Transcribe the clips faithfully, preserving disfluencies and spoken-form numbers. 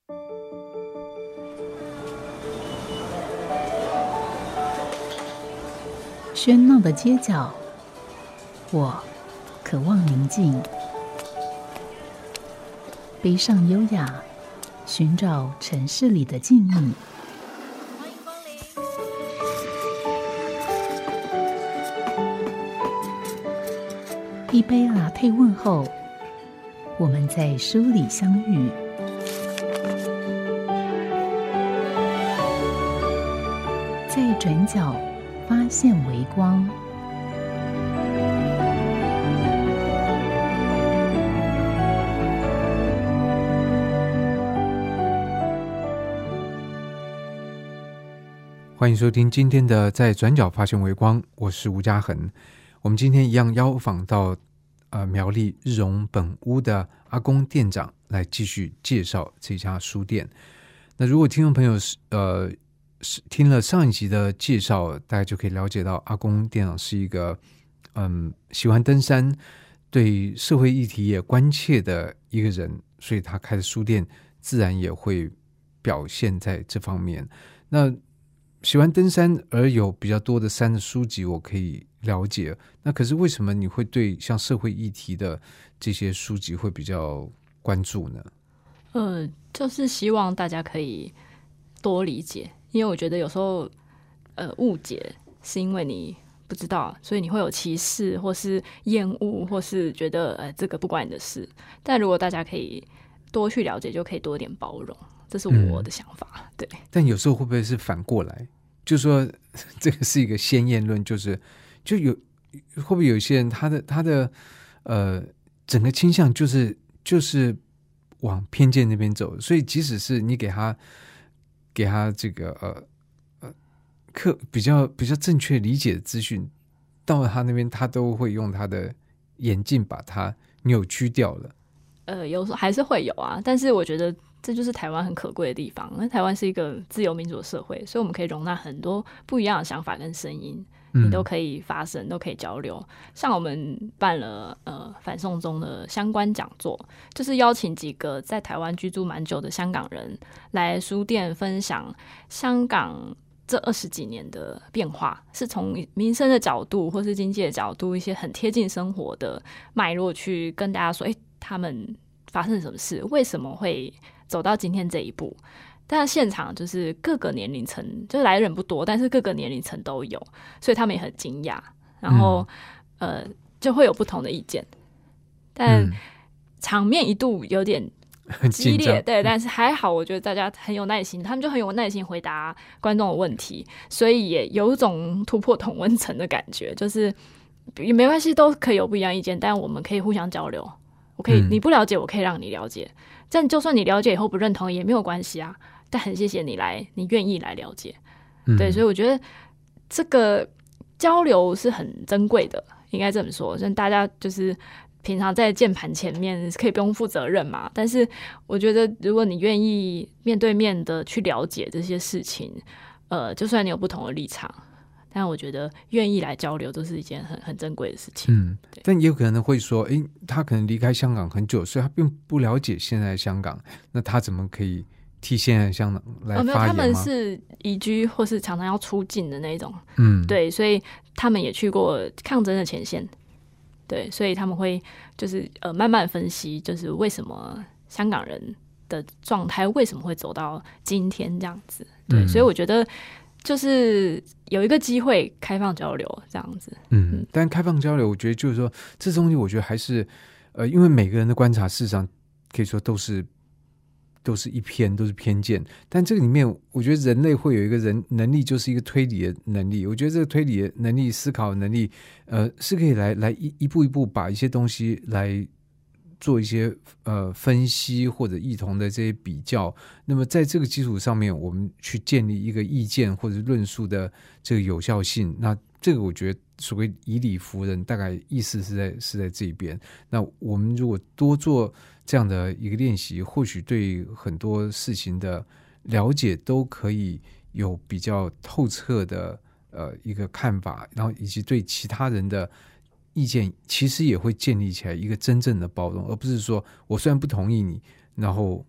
喧闹的街角，我渴望宁静。背上优雅，寻找城市里的静谧。 欢迎光临。 一杯拿铁问候，我们在书里相遇。在转角发现微光。 欢迎收听今天的在转角发现微光，我是吴嘉恒。我们今天一样邀访到呃苗栗日荣本屋的阿公店长来继续介绍这家书店。那如果听众朋友呃听了上一集的介绍，大家就可以了解到阿公店长是一个嗯喜欢登山，对社会议题也关切的一个人，所以他开的书店自然也会表现在这方面。那喜欢登山而有比较多的山的书籍我可以了解，那可是为什么你会对像社会议题的这些书籍会比较关注呢？ 呃，就是希望大家可以多理解，因为我觉得有时候呃误解是因为你不知道，所以你会有歧视或是厌恶，或是觉得呃这个不关你的事。但如果大家可以多去了解，就可以多一点包容。这是我的想法、嗯、对。 但有时候会不会是反过来，就说这个是一个先验论，就是就有会不会有一些人他的他的呃整个倾向就是就是往偏见那边走，所以即使是你给他给他这个呃呃课比较比较正确理解的资讯，到了他那边他都会用他的眼镜把它扭曲掉了。 呃，有时候还是会有啊，但是我觉得这就是台湾很可贵的地方，因为台湾是一个自由民主的社会，所以我们可以容纳很多不一样的想法跟声音，你都可以发声、嗯、都可以交流。像我们办了呃反送中的相关讲座，就是邀请几个在台湾居住蛮久的香港人来书店分享香港这二十几年的变化，是从民生的角度或是经济的角度，一些很贴近生活的脉络去跟大家说，哎，他们发生什么事，为什么会走到今天这一步。但现场就是各个年龄层，就是来的人不多，但是各个年龄层都有，所以他们也很惊讶，然后、嗯、呃就会有不同的意见，但场面一度有点激烈，对，但是还好，我觉得大家很有耐心，他们就很有耐心回答观众的问题，所以也有一种突破同温层的感觉，就是也没关系，都可以有不一样意见，但我们可以互相交流。我可以，你不了解，我可以让你了解。但就算你了解以后不认同也没有关系啊。但很谢谢你来，你愿意来了解，嗯、对，所以我觉得这个交流是很珍贵的，应该这么说。所以大家就是平常在键盘前面可以不用负责任嘛，但是我觉得如果你愿意面对面的去了解这些事情，呃，就算你有不同的立场。但我觉得愿意来交流都是一件很很珍贵的事情。嗯， 但也有可能会说，诶，他可能离开香港很久，所以他并不了解现在的香港，那他怎么可以替现在的香港来发言吗？哦，没有， 他们是移居或是常常要出境的那种。嗯，对，所以他们也去过抗争的前线。对，所以他们会就是呃慢慢分析，就是为什么香港人的状态为什么会走到今天这样子。对，嗯、所以我觉得。就是有一个机会开放交流这样子。 嗯，但开放交流我觉得就是说这东西我觉得还是呃，因为每个人的观察事实上可以说都是都是一偏都是偏见，但这个里面我觉得人类会有一个人能力，就是一个推理的能力。我觉得这个推理的能力思考的能力呃，是可以来来一一步一步把一些东西来做一些呃分析或者异同的这些比较，那么在这个基础上面我们去建立一个意见或者论述的这个有效性，那这个我觉得所谓以理服人大概意思是在是在这边。那我们如果多做这样的一个练习，或许对很多事情的了解都可以有比较透彻的呃一个看法，然后以及对其他人的意见其实也会建立起来一个真正的包容，而不是说我虽然不同意你，然后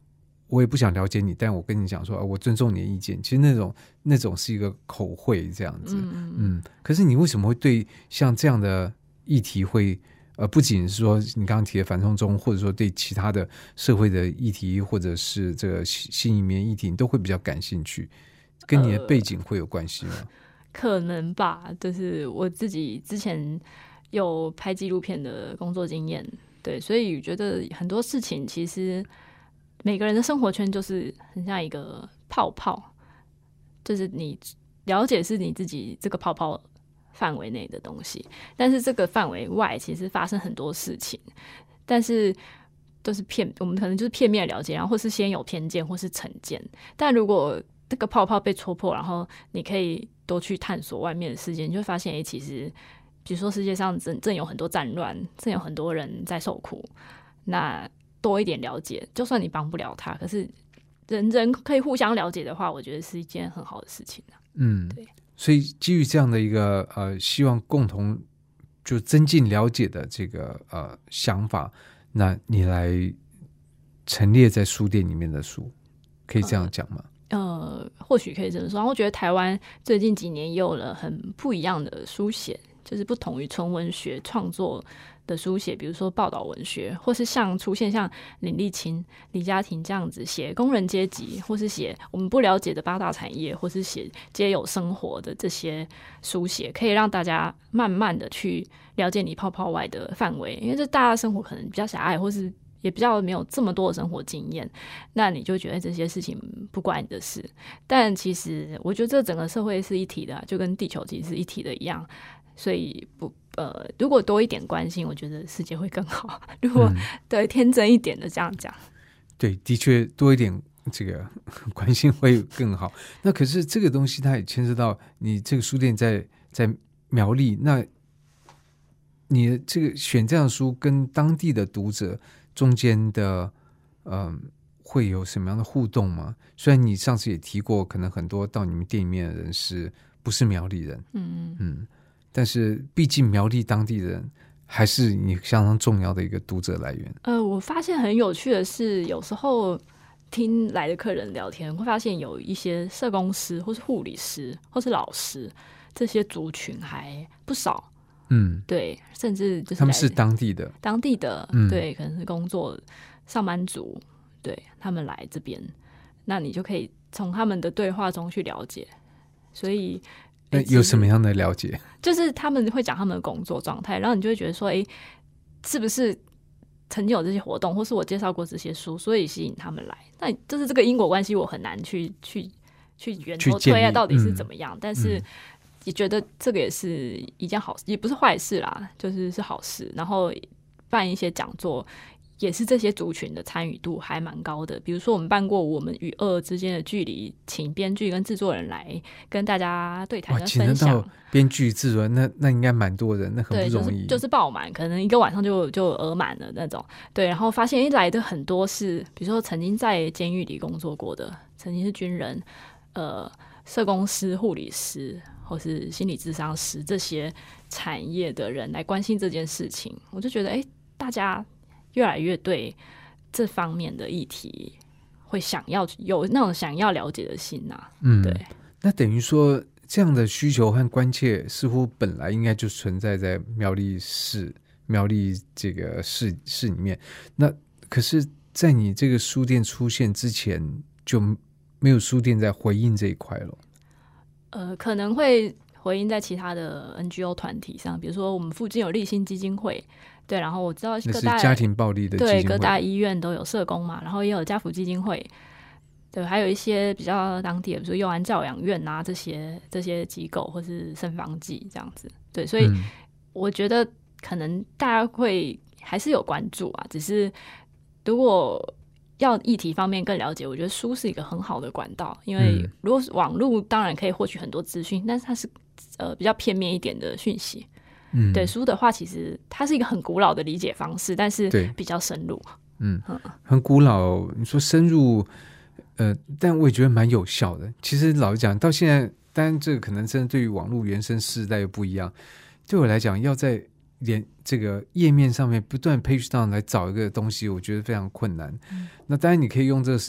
我也不想了解你，但我跟你讲说、啊、我尊重你的意见，其实那种那种是一个口惠这样子。嗯嗯。可是你为什么会对像这样的议题会呃，不仅是说你刚刚提的反送中，或者说对其他的社会的议题，或者是这个新移民议题，你都会比较感兴趣，跟你的背景会有关系吗？呃、 可能吧，就是我自己之前有拍纪录片的工作经验，对，所以觉得很多事情其实每个人的生活圈就是很像一个泡泡，就是你了解是你自己这个泡泡范围内的东西，但是这个范围外其实发生很多事情，但是都是片我们可能就是片面了解，然后或是先有偏见或是成见。但如果这个泡泡被戳破，然后你可以多去探索外面的世界，你就会发现，哎，其实比如说世界上正正有很多战乱，正有很多人在受苦，那多一点了解，就算你帮不了他，可是人人可以互相了解的话，我觉得是一件很好的事情、啊、嗯，对。 所以基于这样的一个呃，希望共同就增进了解的这个呃想法，那你来陈列在书店里面的书，可以这样讲吗？ 呃, 呃，或许可以这么说。然后我觉得台湾最近几年也有了很不一样的书写，就是不同于纯文学创作的书写，比如说报道文学，或是像出现像林立青、李家庭这样子写工人阶级，或是写我们不了解的八大产业，或是写皆有生活的这些书写，可以让大家慢慢的去了解你泡泡外的范围，因为这大家的生活可能比较狭隘，或是也比较没有这么多的生活经验，那你就觉得这些事情不关你的事。但其实我觉得这整个社会是一体的、啊、就跟地球其实是一体的一样，所以不呃，如果多一点关心，我觉得世界会更好。如果、嗯、对天真一点的这样讲， 对，的确多一点这个关心会更好。那可是这个东西它也牵涉到你这个书店在在苗栗，那你的这个选这样的书跟当地的读者中间的嗯、呃，会有什么样的互动吗？虽然你上次也提过，可能很多到你们店里面的人是不是苗栗人，嗯嗯。但是毕竟苗栗当地人还是你相当重要的一个读者来源。 呃，我发现很有趣的是，有时候听来的客人聊天，会发现有一些社工师或是护理师或是老师，这些族群还不少。嗯，对，甚至就是他们是当地的当地的、嗯、对，可能是工作上班族，对，他们来这边，那你就可以从他们的对话中去了解。所以那有什么样的了解？ 就是他们会讲他们的工作状态，然后你就会觉得说，哎，是不是曾经有这些活动，或是我介绍过这些书，所以吸引他们来？那就是这个因果关系，我很难去去去源头推到底是怎么样，嗯、但是也觉得这个也是一件好事，也不是坏事啦，就是是好事。然后办一些讲座，也是这些族群的参与度还蛮高的。比如说我们办过我们与恶之间的距离，请编剧跟制作人来跟大家对谈跟分享。 到编剧制作人，那那应该蛮多人，那很不容易。 对，就是就是爆满，可能一个晚上就就额满了那种。对，然后发现一来的很多是，比如说曾经在监狱里工作过的，曾经是军人，呃，社工师、护理师或是心理咨商师这些产业的人来关心这件事情，我就觉得，哎，大家越来越对这方面的议题会想要有那种想要了解的心啊。嗯，对。 那等于说这样的需求和关切似乎本来应该就存在在苗栗市苗栗这个市市里面，那可是在你这个书店出现之前就没有书店在回应这一块了。 呃，可能会回应在其他的 N G O 团体上，比如说我们附近有立新基金会，对，然后我知道各大那是家庭暴力的基金会， 对，各大医院都有社工嘛，然后也有家福基金会，对，还有一些比较当地的，比如说幼安教养院啊，这些这些机构或是生防剂这样子，对，所以我觉得可能大家会还是有关注啊，只是如果要议题方面更了解，我觉得书是一个很好的管道，因为如果是网络当然可以获取很多资讯，但是它是呃比较片面一点的讯息。嗯，对，书的话其实它是一个很古老的理解方式，但是比较深入。 嗯，很古老，你说深入，呃，但我也觉得蛮有效的。其实老实讲，到现在，当然这个可能真的对于网络原生世代又不一样。对我来讲，要在连这个页面上面不断 page down 来找一个东西，我觉得非常困难。嗯、那当然你可以用这个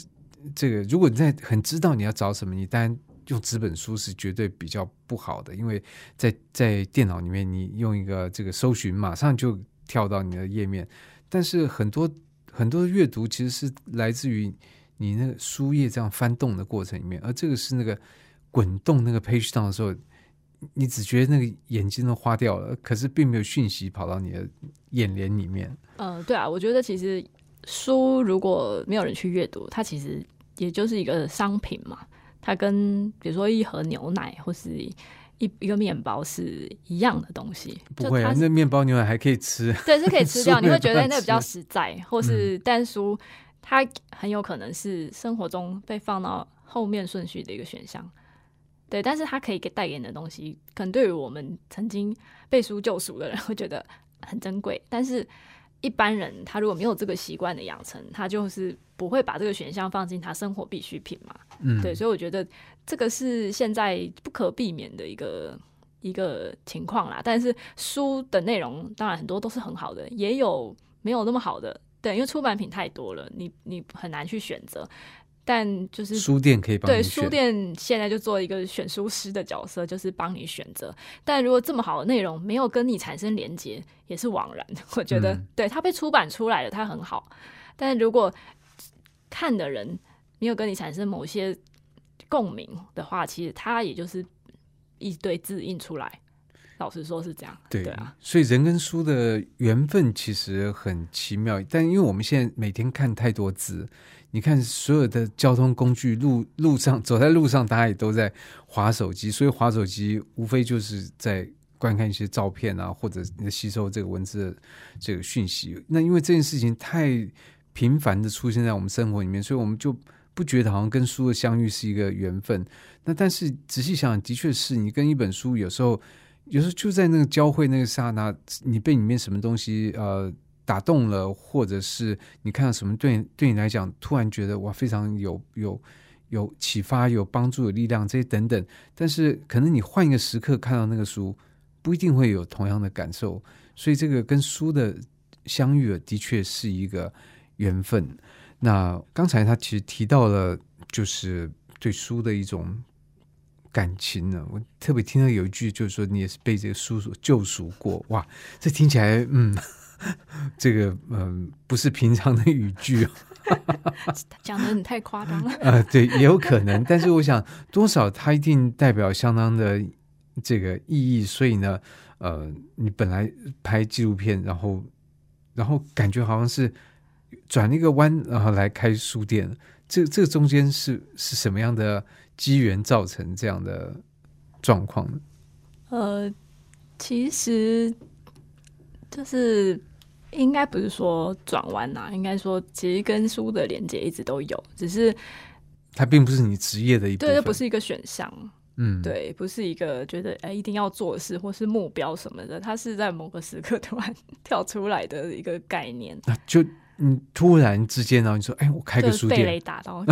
这个如果你在很知道你要找什么，你当然用纸本书是绝对比较不好的，因为在在电脑里面你用一个这个搜寻马上就跳到你的页面，但是很多很多阅读其实是来自于你那个书页这样翻动的过程里面，而这个是那个滚动那个 page down 的时候，你只觉得那个眼睛都花掉了，可是并没有讯息跑到你的眼帘里面。 嗯、呃，对啊，我觉得其实书如果没有人去阅读，它其实也就是一个商品嘛，它跟比如说一盒牛奶或是一一个面包是一样的东西。 不会啊，那面包牛奶还可以吃， 对，是可以吃掉，你会觉得那比较实实在，或是但书它很有可能是生活中被放到后面顺序的一个选项。对，但是它可以给带给你的东西，可能对于我们曾经被书救赎的人会觉得很珍贵，但是一般人他如果没有这个习惯的养成，他就是不会把这个选项放进他生活必需品嘛。嗯，对，所以我觉得这个是现在不可避免的一个一个情况啦。但是书的内容当然很多都是很好的，也有没有那么好的，对，因为出版品太多了，你你很难去选择。但就是书店可以帮你对选， 书店现在就做一个选书师的角色，就是帮你选择。但如果这么好的内容没有跟你产生连结，也是枉然。我觉得，嗯、对它被出版出来了，它很好。但如果看的人没有跟你产生某些共鸣的话，其实它也就是一堆字印出来。老实说是这样， 对, 对啊， 所以人跟书的缘分其实很奇妙，但因为我们现在每天看太多字，你看所有的交通工具路路上走在路上大家也都在滑手机，所以滑手机无非就是在观看一些照片啊，或者你吸收这个文字的这个讯息。那因为这件事情太频繁的出现在我们生活里面，所以我们就不觉得好像跟书的相遇是一个缘分。那但是仔细想想，的确是你跟一本书有时候有时候就在那个交汇那个刹那，你被里面什么东西呃打动了，或者是你看到什么对对你来讲突然觉得哇非常有有有启发、有帮助、有力量这些等等，但是可能你换一个时刻看到那个书，不一定会有同样的感受。所以这个跟书的相遇的确是一个缘分。那刚才他其实提到了就是对书的一种感情呢，我特别听到有一句就是说你也是被这个书所救赎过，哇，这听起来嗯，这个嗯不是平常的语句讲得你太夸张了呃，对，也有可能，但是我想多少它一定代表相当的这个意义，所以呢，呃，你本来拍纪录片，然后然后感觉好像是转了一个弯，然后来开书店，这这个中间是是什么样的机缘造成这样的状况呢？ 呃，其实就是应该不是说转弯啦，应该说其实跟书的连接一直都有，只是它并不是你职业的一部分， 对，这不是一个选项， 嗯， 对，不是一个觉得哎一定要做的事或是目标什么的，它是在某个时刻突然跳出来的一个概念， 那就你突然之间，然后你说哎我开个书店， 被雷打到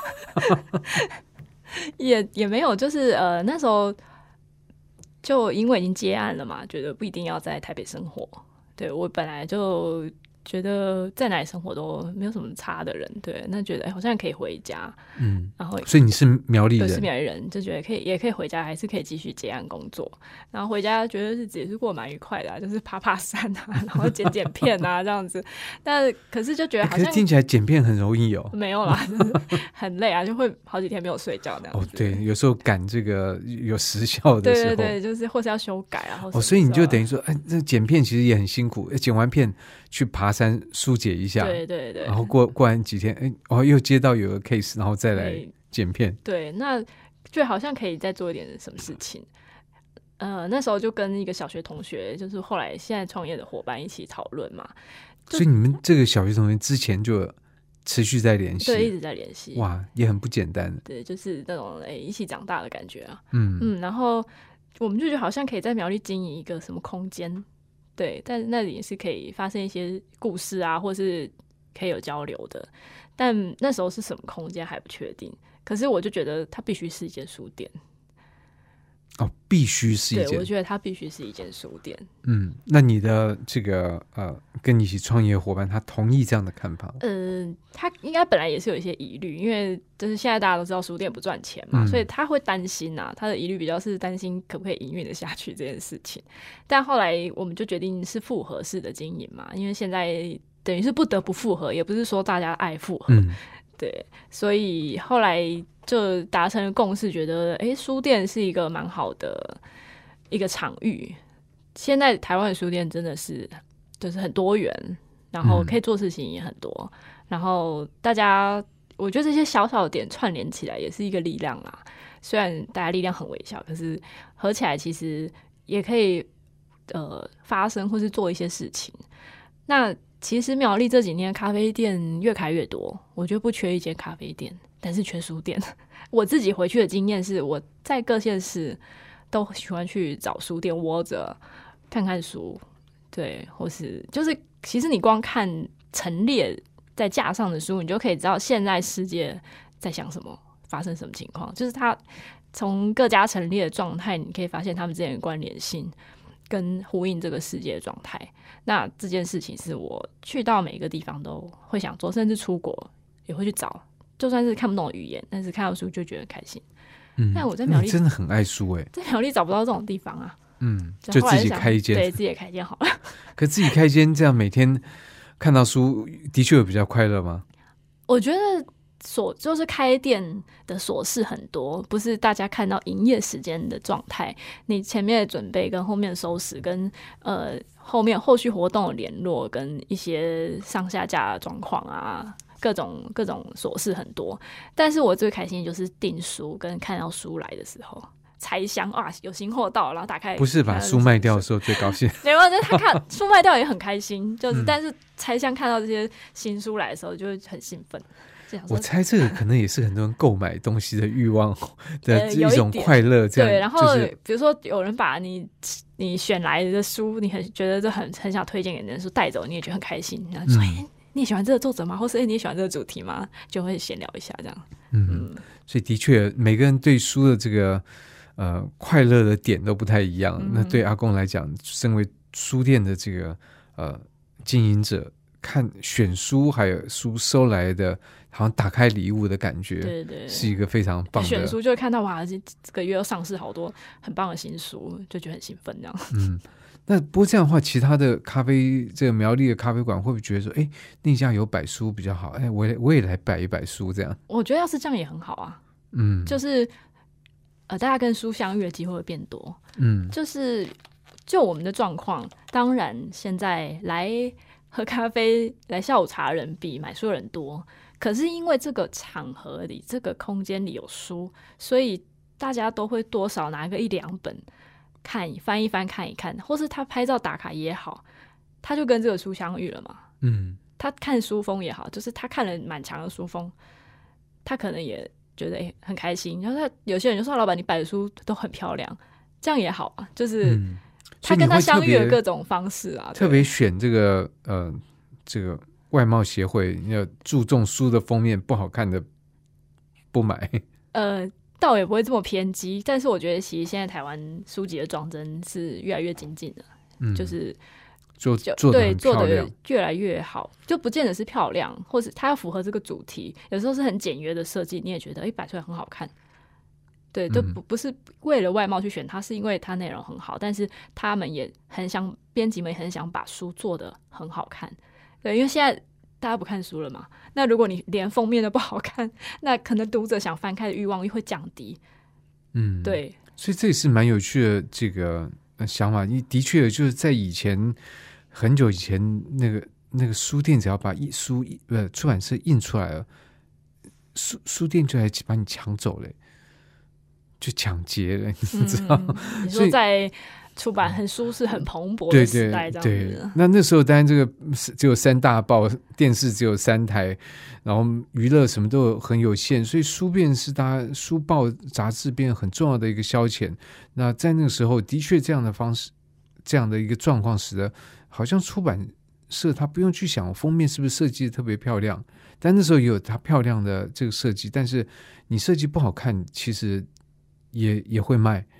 也也没有，就是呃那时候就因为已经接案了嘛，觉得不一定要在台北生活。对，我本来就觉得在哪里生活都没有什么差的人，对，那觉得、欸、好像可以回家，嗯，然后所以你是苗栗人， 对，是苗栗人，就觉得可以，也可以回家，还是可以继续接案工作。然后回家觉得日子也是过蛮愉快的、啊，就是爬爬山啊，然后剪剪片啊这样子。但可是就觉得好像、欸、 可是听起来剪片很容易哦， 没有啦，就是很累啊，就会好几天没有睡觉那样子。 哦，对，有时候赶这个有时效的时候， 对对对，就是或是要修改啊， 哦，所以你就等于说，哎，这剪片其实也很辛苦，剪完片去爬山疏解一下， 对对对， 然后过过完几天，哎，哦，又接到有个 case， 然后再来剪片， 对，那就好像可以再做一点什么事情。呃，那时候就跟一个小学同学，就是后来现在创业的伙伴一起讨论嘛。 所以你们这个小学同学之前就持续在联系， 对，一直在联系， 哇，也很不简单。 对，就是那种哎一起长大的感觉啊。嗯嗯，然后我们就觉得好像可以在苗栗经营一个什么空间。对，在那里也是可以发生一些故事啊，或是可以有交流的，但那时候是什么空间还不确定。可是我就觉得它必须是一间书店。 哦，必须是一间， 对，我觉得它必须是一间书店。 嗯，那你的这个呃，跟你一起创业伙伴，他同意这样的看法？ 呃，他应该本来也是有一些疑虑，因为就是现在大家都知道书店不赚钱嘛，嗯、所以他会担心啊，他的疑虑比较是担心可不可以营运的下去这件事情。但后来我们就决定是复合式的经营嘛，因为现在等于是不得不复合，也不是说大家爱复合。嗯，对，所以后来就达成了共识，觉得哎，书店是一个蛮好的一个场域。现在台湾的书店真的是就是很多元，然后可以做事情也很多，嗯、然后大家我觉得这些小小的点串联起来也是一个力量啦。虽然大家力量很微小，可是合起来其实也可以呃发生或是做一些事情。那其实苗栗这几年咖啡店越开越多，我觉得不缺一间咖啡店，但是缺书店。我自己回去的经验是，我在各县市都喜欢去找书店窝着看看书，对，或是就是其实你光看陈列在架上的书，你就可以知道现在世界在想什么，发生什么情况。就是它从各家陈列的状态，你可以发现他们之间的关联性跟呼应这个世界的状态。那这件事情是我去到每一个地方都会想做，甚至出国也会去找，就算是看不懂的语言，但是看到书就觉得开心。嗯，但我在苗栗真的很爱书哎、欸， 在苗栗找不到这种地方啊。 嗯，就自己开一间， 对，自己开一间好了。 可自己开一间，这样每天看到书，的确有比较快乐吗？ 我觉得琐就是开店的琐事很多，不是大家看到营业时间的状态，你前面的准备跟后面的收拾跟呃后面后续活动的联络跟一些上下架的状况啊，各种各种琐事很多。但是我最开心的就是订书跟看到书来的时候，拆箱啊，有新货到，然后打开， 不是把书卖掉的时候最高兴。 没有，就是他看书卖掉也很开心，就是、嗯、但是拆箱看到这些新书来的时候，就会很兴奋。 我猜这个可能也是很多人购买东西的欲望的一种快乐，这样、 对。然后、 就是、 比如说有人把你你选来的书，你很觉得这很很想推荐给人，书带走，你也觉得很开心。然后说：“哎、嗯欸，你也喜欢这个作者吗？或是哎、欸，你也喜欢这个主题吗？”就会闲聊一下这样。 嗯，嗯所以的确，每个人对书的这个呃快乐的点都不太一样。嗯、那对阿公来讲，身为书店的这个呃经营者，看选书还有书收来的。好像打开礼物的感觉， 对对， 是一个非常棒的。 选书就会看到哇，这这个月又上市好多很棒的新书，就觉得很兴奋这样。 嗯，那不过这样的话，其他的咖啡这个苗栗的咖啡馆会不会觉得说，哎，那家有摆书比较好？哎，我也我也来摆一摆书这样。 我觉得要是这样也很好啊。嗯，就是呃，大家跟书相遇的机会会变多。嗯，就是就我们的状况，当然现在来喝咖啡、来下午茶的人比买书的人多。可是因为这个场合里这个空间里有书，所以大家都会多少拿个一两本看翻一翻看一看，或是他拍照打卡也好，他就跟这个书相遇了嘛。嗯，他看书封也好，就是他看了满墙的书封，他可能也觉得、欸、很开心。然后他有些人就说老板你摆的书都很漂亮，这样也好啊，就是他跟他相遇的各种方式啊。 特别选这个呃这个外贸协会要注重书的封面不好看的不买， 呃，倒也不会这么偏激，但是我觉得其实现在台湾书籍的装帧是越来越精进的，嗯、就是做做得很漂亮， 对，做得越来越好，就不见得是漂亮，或者它要符合这个主题，有时候是很简约的设计，你也觉得哎摆出来很好看。对，都不不是为了外貌去选它，是因为它内容很好，但是他们也很想，编辑们也很想把书做得很好看。对，因为现在大家不看书了嘛，那如果你连封面都不好看，那可能读者想翻开的欲望又会降低。嗯，对， 所以这也是蛮有趣的这个想法。的确，就是在以前很久以前，那个那个书店只要把一书呃出版社印出来了，书书店就来把你抢走了，就抢劫了，你知道？ 嗯、你说在出版很舒适、很蓬勃的时代，这样子。 对对对，那那时候当然这个只有三大报，电视只有三台，然后娱乐什么都有很有限，所以书变是大家书报杂志变很重要的一个消遣。那在那个时候，的确这样的方式，这样的一个状况，使得好像出版社他不用去想封面是不是设计的特别漂亮，但那时候也有它漂亮的这个设计，但是你设计不好看，其实也也会卖。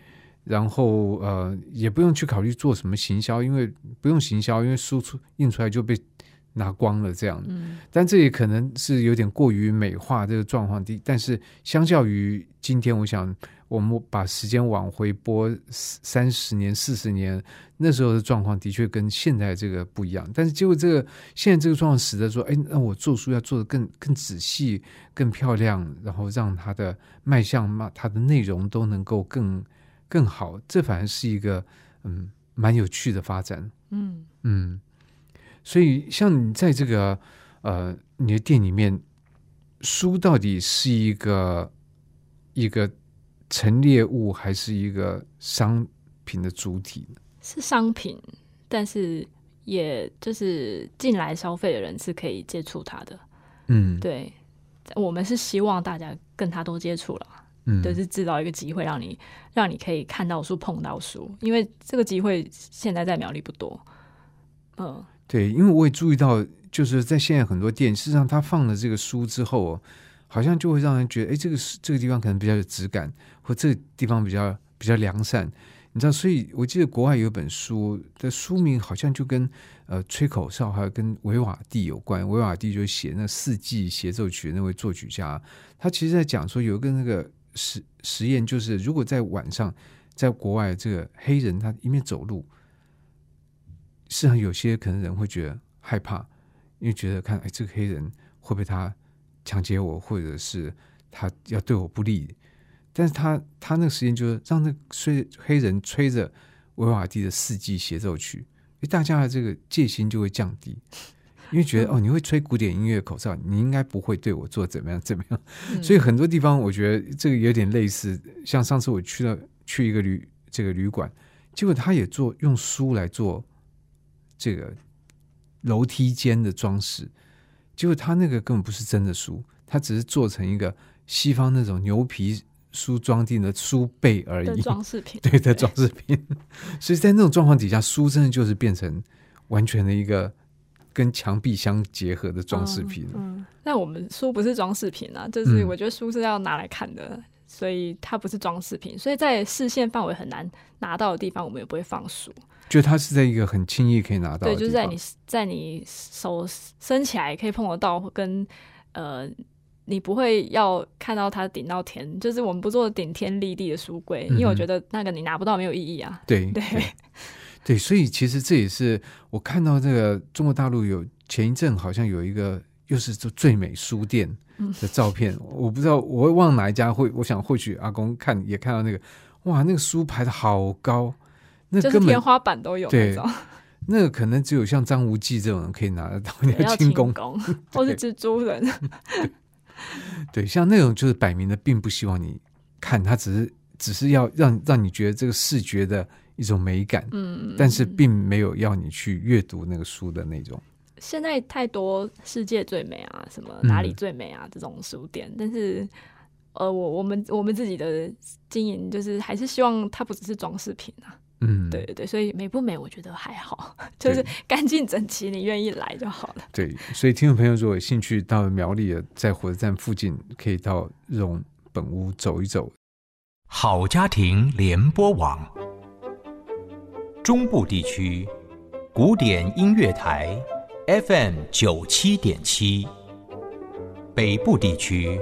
然后呃也不用去考虑做什么行销，因为不用行销，因为书出印出来就被拿光了这样。嗯，但这也可能是有点过于美化这个状况，但是相较于今天，我想我们把时间往回拨三十年四十年，那时候的状况的确跟现在这个不一样。但是结果这个现在这个状况使得说，哎，那我做书要做得更更仔细更漂亮，然后让它的卖相它的内容都能够更更好，这反而是一个嗯蛮有趣的发展。嗯嗯，所以像你在这个呃你的店里面，书到底是一个一个陈列物还是一个商品的主体呢？ 是商品，但是也就是进来消费的人是可以接触它的。嗯，对，我们是希望大家跟它多接触了。嗯，就是制造一个机会让你让你可以看到书碰到书，因为这个机会现在在苗栗不多。嗯， 对，因为我也注意到就是在现在很多店事实上他放了这个书之后，好像就会让人觉得哎，这个这个地方可能比较有质感，或这个地方比较比较良善，你知道，所以我记得国外有一本书的书名好像就跟呃吹口哨还有跟维瓦蒂有关。维瓦蒂就写那四季协奏曲的那位作曲家，他其实在讲说有一个那个实实验，就是如果在晚上在国外这个黑人他一面走路，事实上有些可能人会觉得害怕，因为觉得看哎这个黑人会不会他强奸我，或者是他要对我不利。但是他他那个实验就是让那个黑人吹着维瓦蒂的四季协奏曲，大家的这个戒心就会降低，因为觉得、嗯、哦，你会吹古典音乐口哨，你应该不会对我做怎么样怎么样、嗯、所以很多地方我觉得这个有点类似，像上次我去了去一个旅这个旅馆，结果他也做用书来做这个楼梯间的装饰，结果他那个根本不是真的书，他只是做成一个西方那种牛皮书装订的书背而已， 的装饰品， 对的装饰品。所以在那种状况底下，书真的就是变成完全的一个跟墙壁相结合的装饰品。 嗯，嗯那我们书不是装饰品啊，就是我觉得书是要拿来看的，嗯、所以它不是装饰品，所以在视线范围很难拿到的地方，我们也不会放书。 就它是在一个很轻易可以拿到的地方， 对，就是在你在你手伸起来可以碰得到，跟呃。你不会要看到它顶到天，就是我们不做顶天立地的书柜、嗯、因为我觉得那个你拿不到没有意义啊。 对对 对, 对，所以其实这也是我看到这个中国大陆有前一阵好像有一个又是最美书店的照片、嗯、我不知道我会忘哪一家，会我想或许阿公看也看到那个，哇，那个书排的好高，那根本就是天花板都有那种， 那个可能只有像张无忌这种人可以拿得到，你要轻功或是蜘蛛人对对，像那种就是摆明的并不希望你看，他只是只是要让让你觉得这个视觉的一种美感，嗯，但是并没有要你去阅读那个书的那种。 现在太多世界最美啊，什么哪里最美啊、嗯、这种书店，但是呃，我我们我们自己的经营就是还是希望它不只是装饰品啊。嗯，对对对，所以美不美我觉得还好，就是干净整齐，你愿意来就好了。 对，所以听众朋友如果有兴趣到苗栗，在火车站附近可以到日荣本屋走一走。 好家庭联播网，中部地区古典音乐台 F M 九七点七，北部地区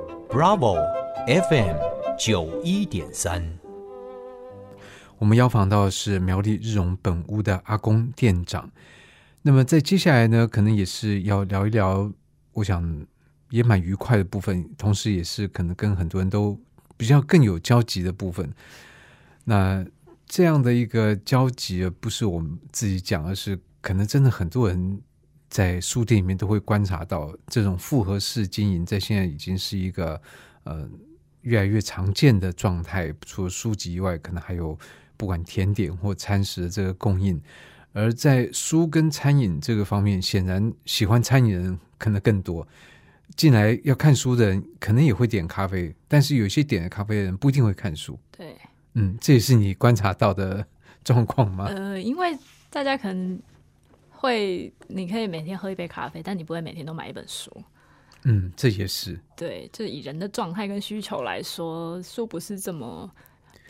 Bravo F M 九一点三。 我们邀访到的是苗栗日荣本屋的阿公店长。那么在接下来呢，可能也是要聊一聊我想也蛮愉快的部分，同时也是可能跟很多人都比较更有交集的部分。那这样的一个交集不是我们自己讲，而是可能真的很多人在书店里面都会观察到，这种复合式经营在现在已经是一个呃越来越常见的状态。除了书籍以外，可能还有不管甜点或餐食的这个供应，而在书跟餐饮这个方面，显然喜欢餐饮的人可能更多，进来要看书的人可能也会点咖啡，但是有些点的咖啡的人不一定会看书。 对， 嗯，这也是你观察到的状况吗？ 呃，因为大家可能会，你可以每天喝一杯咖啡，但你不会每天都买一本书。 嗯，这也是。 对，就以人的状态跟需求来说，书不是这么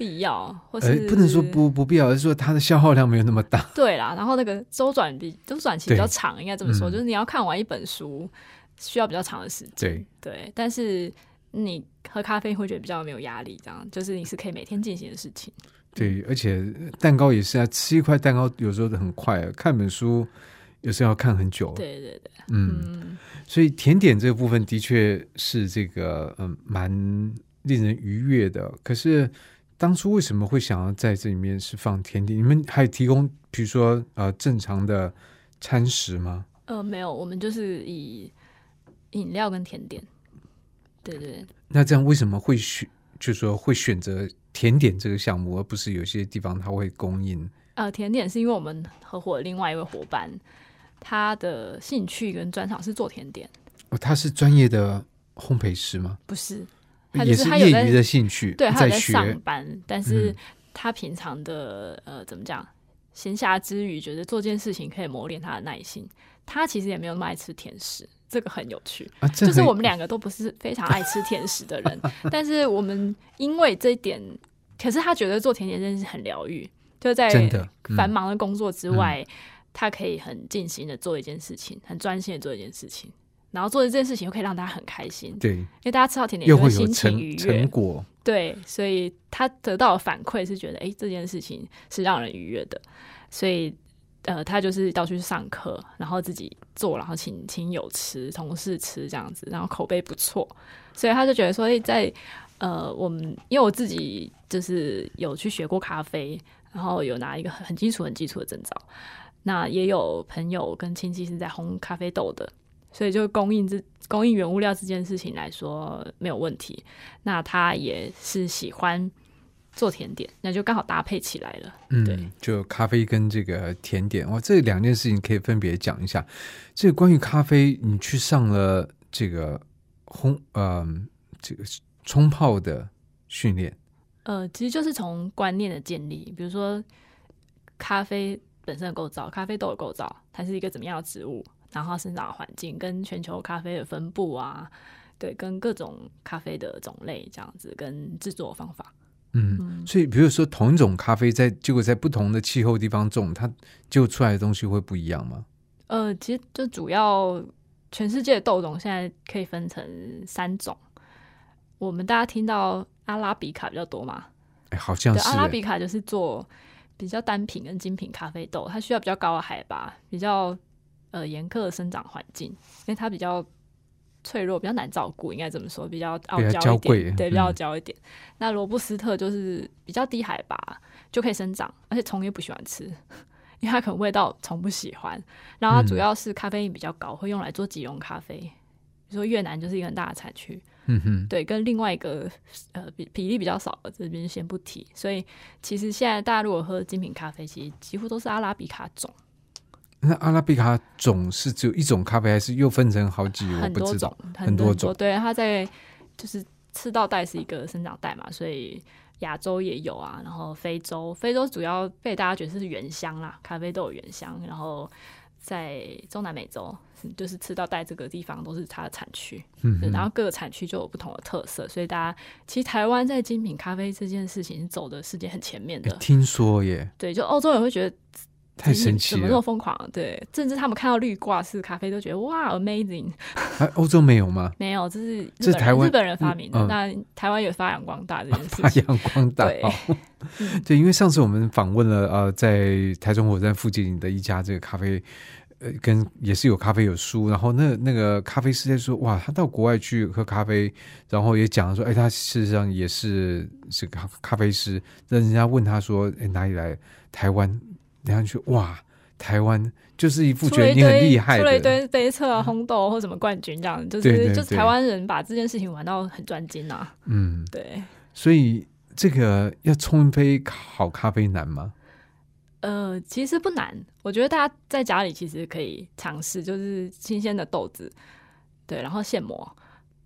必要，或是、 呃、不能说不不必要，而是说它的消耗量没有那么大。 对啦，然后那个周转比周转期比较长，应该这么说、嗯，就是你要看完一本书需要比较长的时间。对对，但是你喝咖啡会觉得比较没有压力，这样就是你是可以每天进行的事情。 对，而且蛋糕也是啊，吃一块蛋糕有时候很快，看本书有时候要看很久。 对对对， 嗯，嗯所以甜点这个部分的确是这个嗯蛮令人愉悦的。可是当初为什么会想要在这里面是放甜点？你们还提供比如说呃正常的餐食吗？ 呃，没有，我们就是以饮料跟甜点。对对。 那这样为什么会选，就是说会选择甜点这个项目，而不是有些地方它会供应？ 呃，甜点是因为我们合伙的另外一位伙伴，他的兴趣跟专长是做甜点。 哦，他是专业的烘焙师吗？ 不是， 他就是他有业余的兴趣， 对，他有在学上班，但是他平常的、嗯、呃怎么讲，闲暇之余觉得做件事情可以磨练他的耐心。他其实也没有那么爱吃甜食，这个很有趣、啊、就是我们两个都不是非常爱吃甜食的人但是我们因为这一点，可是他觉得做甜点真的是很疗愈，就在繁忙的工作之外、嗯、他可以很尽心的做一件事情，很专心的做一件事情，然后做这件事情又可以让大家很开心。 对， 因为大家吃到甜点又会有心情愉悦成果。 对，所以他得到的反馈是觉得哎，这件事情是让人愉悦的，所以呃，他就是到处去上课，然后自己做，然后请亲友吃，同事吃这样子，然后口碑不错，所以他就觉得说，哎，在呃，我们因为我自己就是有去学过咖啡，然后有拿一个很基础、很基础的证照，那也有朋友跟亲戚是在烘咖啡豆的，所以就供应这供应原物料这件事情来说没有问题。那他也是喜欢做甜点，那就刚好搭配起来了。嗯，对， 就咖啡跟这个甜点，哇，这两件事情可以分别讲一下。这个关于咖啡，你去上了这个烘呃这个冲泡的训练， 呃，其实就是从观念的建立，比如说咖啡本身的构造，咖啡豆的构造，它是一个怎么样的植物，然后生长的环境，跟全球咖啡的分布啊，对，跟各种咖啡的种类这样子，跟制作方法。 嗯，所以比如说同一种咖啡在结果在不同的气候地方种，它结果出来的东西会不一样吗？ 呃，其实就主要全世界的豆种现在可以分成三种，我们大家听到阿拉比卡比较多嘛？ 哎，好像是。 阿拉比卡就是做比较单品跟精品咖啡豆，它需要比较高的海拔，比较呃严苛的生长环境，因为它比较脆弱，比较难照顾，应该这么说，比较傲娇一点，对，比较傲娇一点。嗯、那罗布斯特就是比较低海拔就可以生长，而且虫也不喜欢吃，因为它可能味道虫不喜欢。然后它主要是咖啡因比较高，会用来做即溶咖啡。比如说越南就是一个很大的产区，嗯哼，对，跟另外一个呃比比例比较少的这边先不提。所以其实现在大家如果喝精品咖啡，其实几乎都是阿拉比卡种。 那阿拉比卡种是只有一种咖啡，还是又分成好几？ 很多种， 很多种。 对，它在就是赤道带是一个生长带嘛，所以亚洲也有啊。然后非洲，非洲主要被大家觉得是原乡啦，咖啡豆有原乡。然后在中南美洲，就是赤道带这个地方都是它的产区。嗯，然后各个产区就有不同的特色，所以大家其实台湾在精品咖啡这件事情是走的世界很前面的。 听说耶， 对，就欧洲人会觉得。 太神奇了， 怎么那么疯狂？对，甚至他们看到绿挂式咖啡都觉得哇 amazing。 啊，欧洲没有吗？ 没有，这是这是台湾日本人发明的。嗯、那台湾也发扬光大这件事情， 发扬光大。 对， 嗯、对，因为上次我们访问了呃，在台中火车站附近的一家这个咖啡，呃，跟也是有咖啡有书，然后那那个咖啡师在说，哇，他到国外去喝咖啡，然后也讲说，哎，他事实上也是是咖咖啡师，但人家问他说，哎，哪里来？台湾。然后就哇，台湾就是一副觉得你很厉害的， 出了一堆杯测啊、烘豆或什么冠军这样，就是对对对， 就是台湾人把这件事情玩到很专精啊。嗯，对。 所以这个要冲一杯好咖啡难吗？ 呃，其实不难，我觉得大家在家里其实可以尝试，就是新鲜的豆子，对，然后现磨，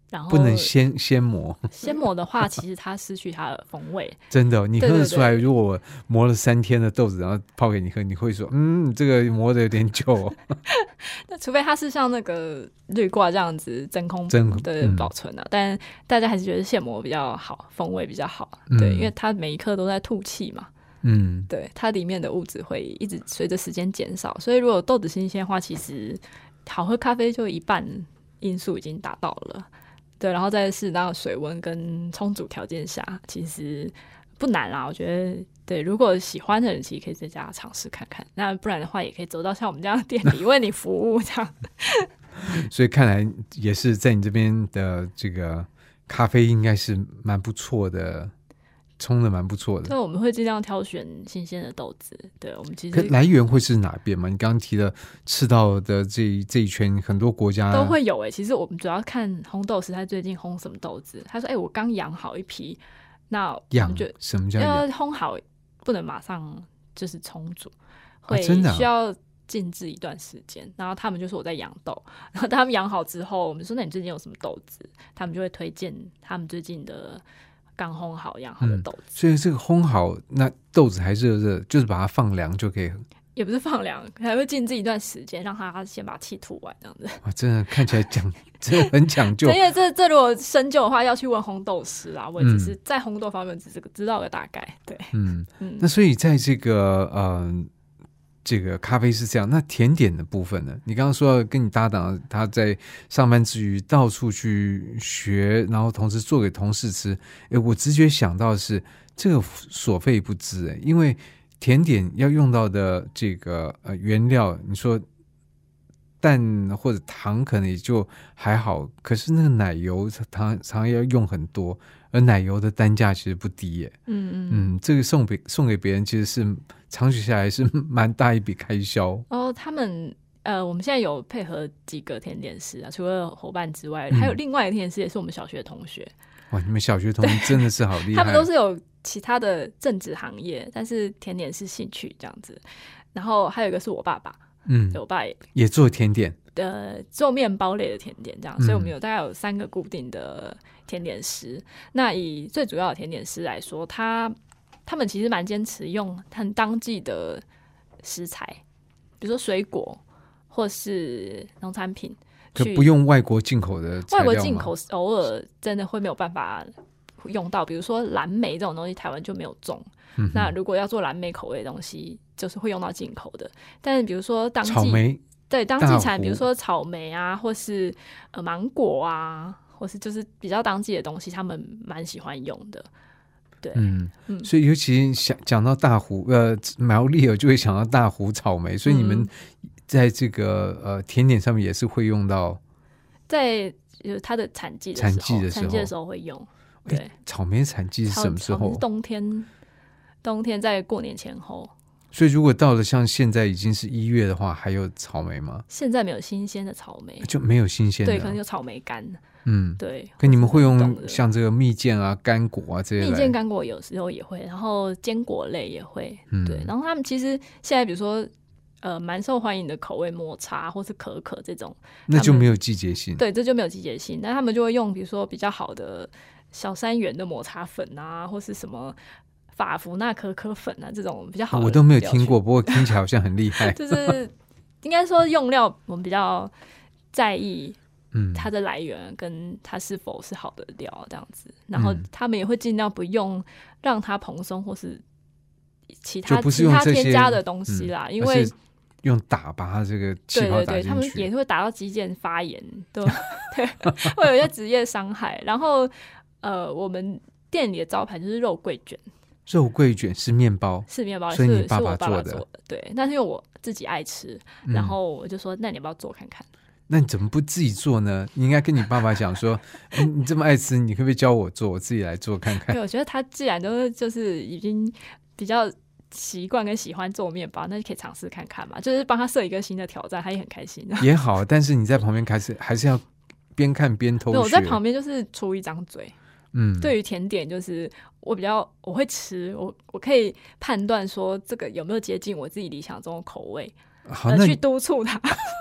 然后不能先先磨， 先磨的话，其实它失去它的风味。 真的，你喝得出来。 对对对， 如果我磨了三天的豆子，然后泡给你喝，你会说，嗯，这个磨的有点久哦。 那除非它是像那个绿挂这样子真空真空的保存啊，嗯、但大家还是觉得现磨比较好，风味比较好。嗯、对，因为它每一克都在吐气嘛。嗯，对，它里面的物质会一直随着时间减少，所以如果豆子新鲜的话，其实好喝咖啡就一半因素已经达到了。对，然后在适当的水温跟充足条件下，其实不难啦。我觉得，对，如果喜欢的人，其实可以在家尝试看看。那不然的话，也可以走到像我们这样的店里为你服务这样。 所以看来也是在你这边的这个咖啡应该是蛮不错的，冲的蛮不错的。 对，我们会尽量挑选新鲜的豆子。对，我们其实来源会是哪边吗？你刚刚提的赤道的这一这一圈，很多国家都会有诶、欸。其实我们主要看烘豆师他最近烘什么豆子。他说：“哎、欸，我刚养好一批，那养什么叫养？ 要烘好不能马上就是冲煮，会需要静置一段时间。啊”然后他们就说我在养豆，然后他们养好之后，我们说：“那你最近有什么豆子？”他们就会推荐他们最近的刚烘好养好的豆子、嗯、 所以这个烘好那豆子还热热，就是把它放凉就可以， 也不是放凉，还会静置一段时间让它先把气吐完这样子。 哇，真的看起来讲真的很讲究。 因为这这如果深究的话要去问烘豆师啊，我也只是在烘豆方面只是知道个大概。对，嗯嗯。那所以在这个呃这个咖啡是这样，那甜点的部分呢？你刚刚说跟你搭档他在上班之余到处去学，然后同时做给同事吃。诶，我直觉想到的是这个所费不赀诶，因为甜点要用到的这个呃原料，你说蛋或者糖可能也就还好，可是那个奶油常常常要用很多，而奶油的单价其实不低耶。嗯嗯嗯，这个送给送给别人其实是长期下来是蛮大一笔开销。 哦，他们呃，我们现在有配合几个甜点师啊，除了伙伴之外，嗯、还有另外一个甜点师也是我们小学同学。 哇，你们小学同学真的是好厉害！ 他们都是有其他的正职行业，但是甜点是兴趣这样子。然后还有一个是我爸爸。嗯，我爸 也, 也做甜点， 呃，做面包类的甜点这样，所以我们有大概有三个固定的甜点师。嗯、那以最主要的甜点师来说，他他们其实蛮坚持用很当季的食材，比如说水果或是农产品， 可不用外国进口的材料吗？ 外国进口偶尔真的会没有办法用到，比如说蓝莓这种东西，台湾就没有种。嗯、那如果要做蓝莓口味的东西，就是会用到进口的。但是比如说当季草莓， 对当季产，比如说草莓啊，或是呃芒果啊，或是就是比较当季的东西，他们蛮喜欢用的。对，嗯嗯，所以尤其想讲到大湖，呃，苗栗就会想到大湖草莓，所以你们在这个呃甜点上面也是会用到， 在它的产季的时候，产季的时候，产季的时候会用。对， 草莓产季是什么时候？ 冬天，冬天在过年前后。 所以如果到了像现在已经是一月的话，还有草莓吗？ 现在没有新鲜的草莓， 就没有新鲜的。 对，可能有草莓干。 嗯， 对。 可你们会用像这个蜜饯啊、干果啊这些？ 蜜饯、干果有时候也会，然后坚果类也会。嗯、对，然后他们其实现在比如说呃蛮受欢迎的口味抹茶或是可可这种， 那就没有季节性。 对，这就没有季节性。那他们就会用比如说比较好的小山园的抹茶粉啊，或是什么法芙娜可可粉啊，这种比较好的、 哦、我都没有听过，不过听起来好像很厉害。 就是应该说用料我们比较在意它的来源跟它是否是好的料这样子，然后他们也会尽量不用让它蓬松或是其他其他添加的东西啦、嗯、因为用打把它这个气泡打进去，对对对， 他们也会打到肌腱发炎，对对，会有一些职业伤害。然后呃，我们店里的招牌就是肉桂卷。 肉桂卷是面包， 是面包， 所以你爸爸做的， 做的对。但是因为我自己爱吃，然后我就说，那你要不要做看看？ 那你怎么不自己做呢？你应该跟你爸爸讲说，欸、你这么爱吃，你可不可以教我做？我自己来做看看。 对，我觉得他既然都就是已经比较习惯跟喜欢做面包，那就可以尝试看看嘛。就是帮他设一个新的挑战，他也很开心。 也好，但是你在旁边开始还是要边看边偷学。 我在旁边就是出一张嘴。嗯，对于甜点，就是我比较我会吃，我我可以判断说这个有没有接近我自己理想中的口味， 好， 那去督促他。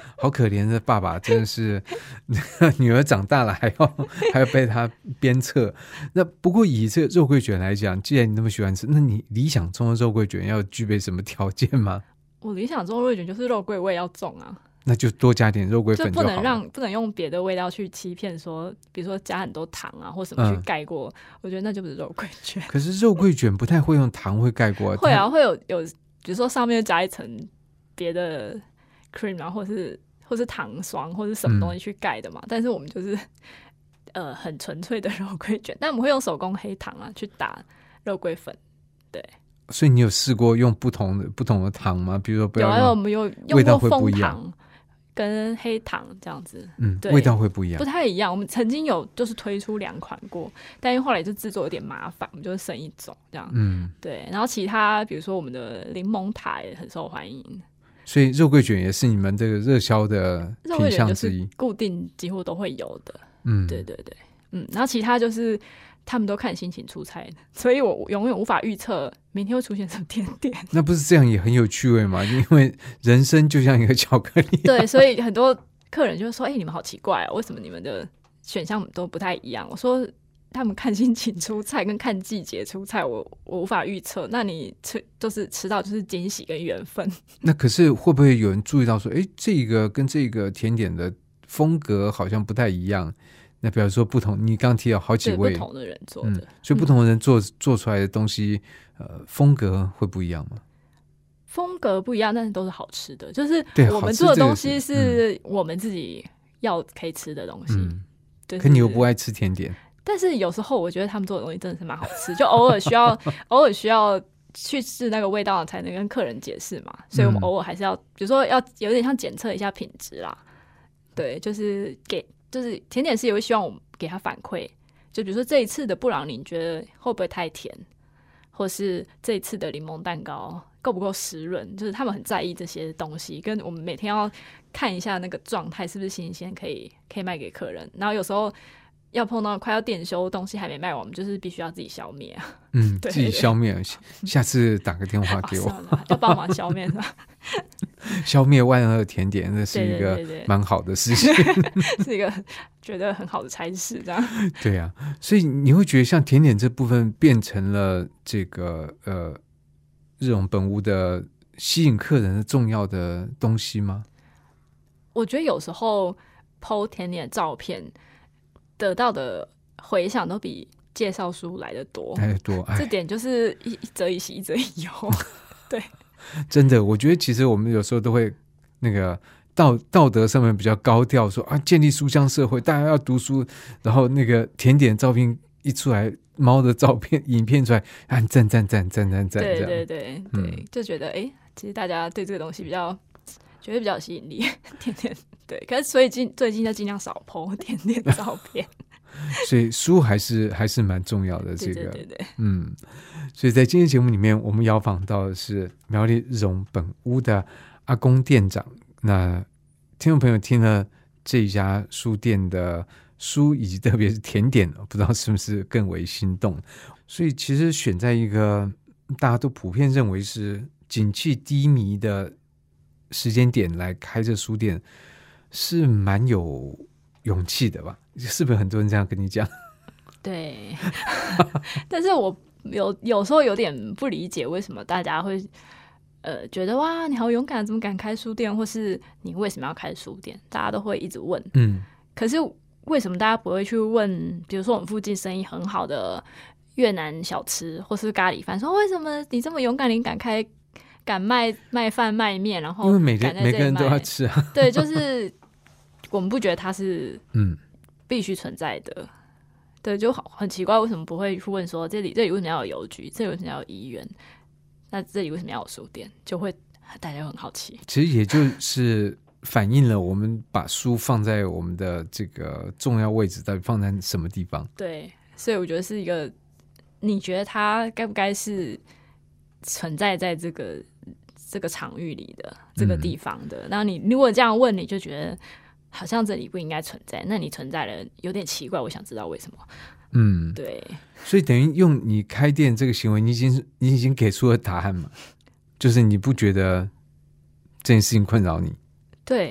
好可怜的爸爸，真的是女儿长大了还要还要被他鞭策。那不过以这个肉桂卷来讲，既然你那么喜欢吃，那你理想中的肉桂卷要具备什么条件吗？ 我理想中的肉桂卷就是肉桂味要重啊， 那就多加点肉桂粉就好了， 就不能让不能用别的味道去欺骗说，比如说加很多糖啊或什么去盖过、嗯、我觉得那就不是肉桂卷。 可是肉桂卷不太会用糖会盖过会啊，会有有比如说上面加一层别的 cream 啊或是或是糖霜或是什么东西去盖的嘛、嗯、但是我们就是呃很纯粹的肉桂卷，但我们会用手工黑糖啊去打肉桂粉。对，所以你有试过用不同的不同的糖吗？比如说不要用， 有啊，我们有用过枫糖跟黑糖这样子， 嗯，对，味道会不一样， 不太一样。我们曾经有就是推出两款过，但因为后来就制作有点麻烦，我们就剩一种这样。嗯，对。然后其他比如说我们的柠檬塔也很受欢迎， 所以肉桂卷也是你们这个热销的品项之一， 固定几乎都会有的。嗯，对对对，嗯。然后其他就是他们都看心情出菜，所以我永远无法预测明天会出现什么甜点。 那不是这样也很有趣味吗？因为人生就像一个巧克力。 对，所以很多客人就会说：“哎、欸，你们好奇怪哦，为什么你们的选项都不太一样？”我说：“他们看心情出菜跟看季节出菜，我我无法预测。那你吃就是吃到就是惊喜跟缘分。” 那可是会不会有人注意到说：“哎、欸，这个跟这个甜点的风格好像不太一样？”那比如说不同，你刚刚提到好几位不同的人做的、嗯， 所以不同的人做、嗯、做出来的东西，呃，风格会不一样吗？ 风格不一样，但是都是好吃的。就是我们做的东西是我们自己要可以吃的东西。嗯就是、 可你又不爱吃甜点， 但是有时候我觉得他们做的东西真的是蛮好吃，就偶尔需要偶尔需要去试那个味道才能跟客人解释嘛。所以我们偶尔还是要，比如说要有点像检测一下品质啦。对，就是给。就是甜点师也会希望我们给他反馈，就比如说这一次的布朗尼你觉得会不会太甜，或是这一次的柠檬蛋糕够不够湿润，就是他们很在意这些东西，跟我们每天要看一下那个状态是不是新鲜，可以可以卖给客人。然后有时候要碰到快要店休东西还没卖完，我们就是必须要自己消灭啊。 嗯，自己消灭，下次打个电话给我， 哦、要帮忙消灭是吧？ 消灭万恶甜点，这是一个蛮好的事情， 对对对对是一个觉得很好的差事，这样。 对啊，所以你会觉得像甜点这部分变成了这个呃日荣本屋的吸引客人的重要的东西吗？ 我觉得有时候 po 甜点的照片得到的回响都比介绍书来的多， 来的多， 这点就是一则以喜一则以忧。对。 真的，我觉得其实我们有时候都会那个道道德上面比较高调，说啊，建立书香社会，大家要读书，然后那个甜点照片一出来，猫的照片影片出来，啊，赞赞赞赞赞赞， 对对对对、嗯，就觉得哎、欸，其实大家对这个东西比较觉得比较有吸引力，甜点对，可是所以近最近就尽量少 po 甜点照片。 所以书还是还是蛮重要的，这个对对对对， 嗯，所以在今天节目里面，我们邀访到的是苗栗日荣本屋的阿公店长。那听众朋友听了这一家书店的书，以及特别是甜点，不知道是不是更为心动？所以其实选在一个大家都普遍认为是景气低迷的时间点来开这书店，是蛮有勇气的吧？是不是很多人这样跟你讲？ 对，但是我有有时候有点不理解，为什么大家会呃觉得哇，你好勇敢，怎么敢开书店，或是你为什么要开书店？大家都会一直问。嗯，可是为什么大家不会去问？比如说我们附近生意很好的越南小吃或是咖喱饭，说为什么你这么勇敢，你敢开敢卖卖饭卖面，然后因为每个每个人都要吃啊。 对，就是我们不觉得它是嗯。必须存在的，对，就很奇怪，为什么不会去问说这里这里为什么要有邮局，这里为什么要有医院，那这里为什么要有书店，就会大家很好奇。 其实也就是反映了我们把书放在我们的这个重要位置，到底放在什么地方。 对，所以我觉得是一个，你觉得它该不该是存在在这个这个场域里的这个地方的？然后你如果这样问，你就觉得好像这里不应该存在，那你存在了有点奇怪，我想知道为什么。嗯，对， 所以等于用你开店这个行为，你已经你已经给出了答案嘛，就是你不觉得这件事情困扰你？ 对，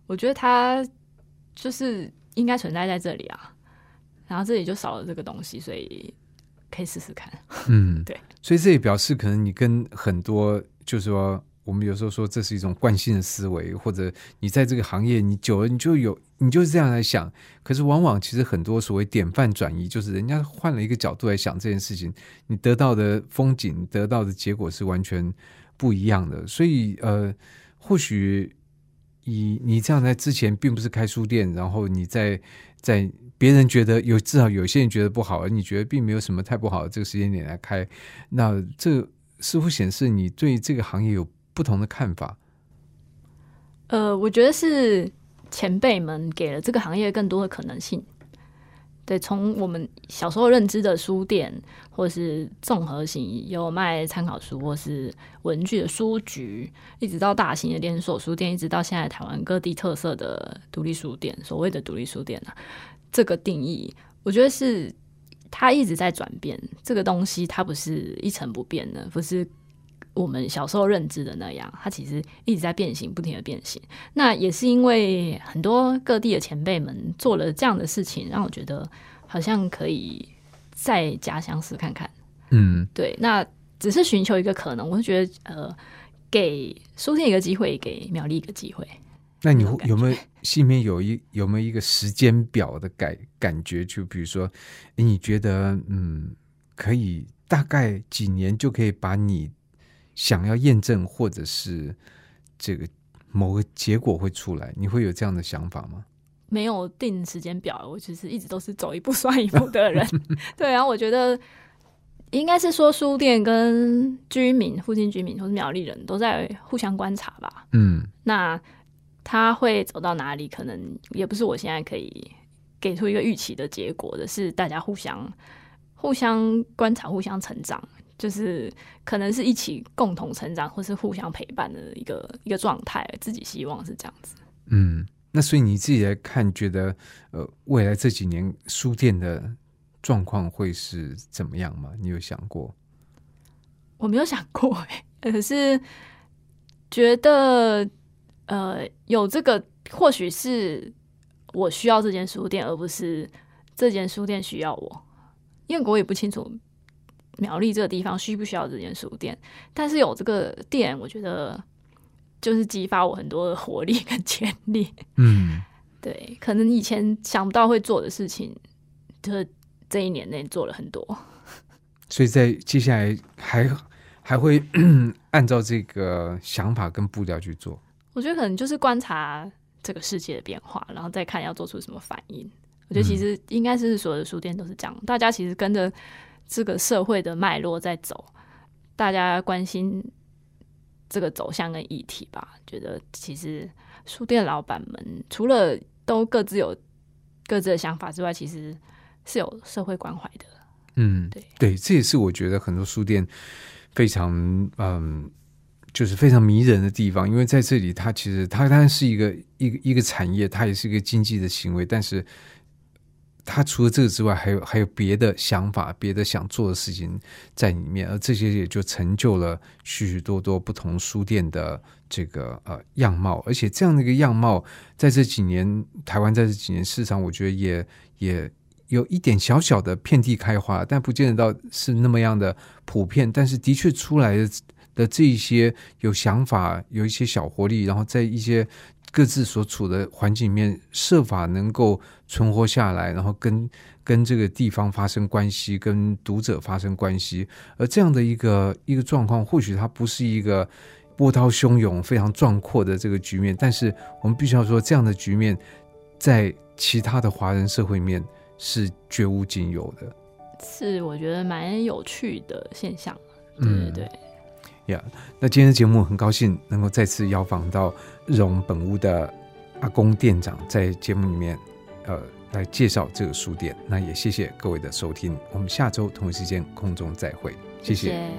我觉得它就是应该存在在这里啊，然后这里就少了这个东西，所以可以试试看。 嗯， 对， 所以这也表示可能你跟很多就是说我们有时候说这是一种惯性的思维，或者你在这个行业你久了你就有你就是这样来想，可是往往其实很多所谓典范转移，就是人家换了一个角度来想这件事情，你得到的风景得到的结果是完全不一样的。所以呃，或许以你这样在之前并不是开书店，然后你在在别人觉得有至少有些人觉得不好，而你觉得并没有什么太不好的这个时间点来开，那这似乎显示你对这个行业有不同的看法。 呃，我觉得是前辈们给了这个行业更多的可能性。对，从我们小时候认知的书店，或是综合型有卖参考书或是文具的书局，一直到大型的连锁书店，一直到现在台湾各地特色的独立书店，所谓的独立书店啊，这个定义，我觉得是它一直在转变。这个东西它不是一成不变的，不是我们小时候认知的那样，它其实一直在变形，不停的变形。那也是因为很多各地的前辈们做了这样的事情，让我觉得好像可以在家乡试看看。嗯，对。那只是寻求一个可能，我就觉得呃，给书店一个机会，给苗栗一个机会。 那你有没有心里面有一有没有一个时间表的感感觉？就比如说，你觉得嗯，可以大概几年就可以把你想要验证，或者是这个某个结果会出来，你会有这样的想法吗？ 没有定时间表，我其实一直都是走一步算一步的人。对，然后我觉得应该是说书店跟居民、附近居民或是苗栗人都在互相观察吧。嗯，那他会走到哪里，可能也不是我现在可以给出一个预期的结果的，是大家互相互相观察、互相成长。就是可能是一起共同成长，或是互相陪伴的一个一个状态，自己希望是这样子。嗯， 那所以你自己来看，觉得呃未来这几年书店的状况会是怎么样吗？你有想过？ 我没有想过哎、欸，可是觉得呃有这个，或许是我需要这间书店，而不是这间书店需要我，因为我也不清楚苗栗这个地方需不需要这间书店，但是有这个店，我觉得就是激发我很多的活力跟潜力。嗯，对，可能以前想不到会做的事情，就是这一年内做了很多。 所以在接下来还还会按照这个想法跟步调去做。 我觉得可能就是观察这个世界的变化，然后再看要做出什么反应。我觉得其实应该是所有的书店都是这样，大家其实跟着这个社会的脉络在走，大家关心这个走向跟议题吧。觉得其实书店老板们除了都各自有各自的想法之外，其实是有社会关怀的。 嗯，对对，这也是我觉得很多书店非常嗯，就是非常迷人的地方，因为在这里它其实它当然是一个一个一个产业，它也是一个经济的行为，但是他除了这个之外，还有还有别的想法、别的想做的事情在里面，而这些也就成就了许许多多不同书店的这个呃样貌。而且这样的一个样貌，在这几年台湾在这几年市场，我觉得也也有一点小小的遍地开花，但不见得到是那么样的普遍。但是的确出来的的这一些有想法、有一些小活力，然后在一些各自所处的环境里面设法能够存活下来，然后跟跟这个地方发生关系，跟读者发生关系。而这样的一个一个状况，或许它不是一个波涛汹涌非常壮阔的这个局面，但是我们必须要说，这样的局面在其他的华人社会里面是绝无仅有的， 是我觉得蛮有趣的现象。对对对。 呀、yeah, 那今天的节目很高兴能够再次邀访到荣本屋的阿公店长，在节目里面呃来介绍这个书店。那也谢谢各位的收听，我们下周同一时间空中再会，谢谢。 谢谢。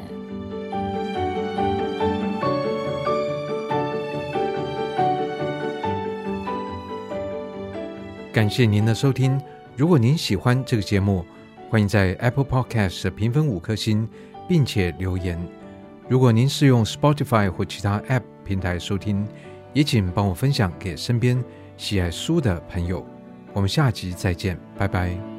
感谢您的收听。如果您喜欢这个节目，欢迎在 Apple Podcast 评分五颗星，并且留言。如果您是用 Spotify 或其他 App 平台收听， 也请帮我分享给身边喜爱书的朋友。我们下集再见，拜拜。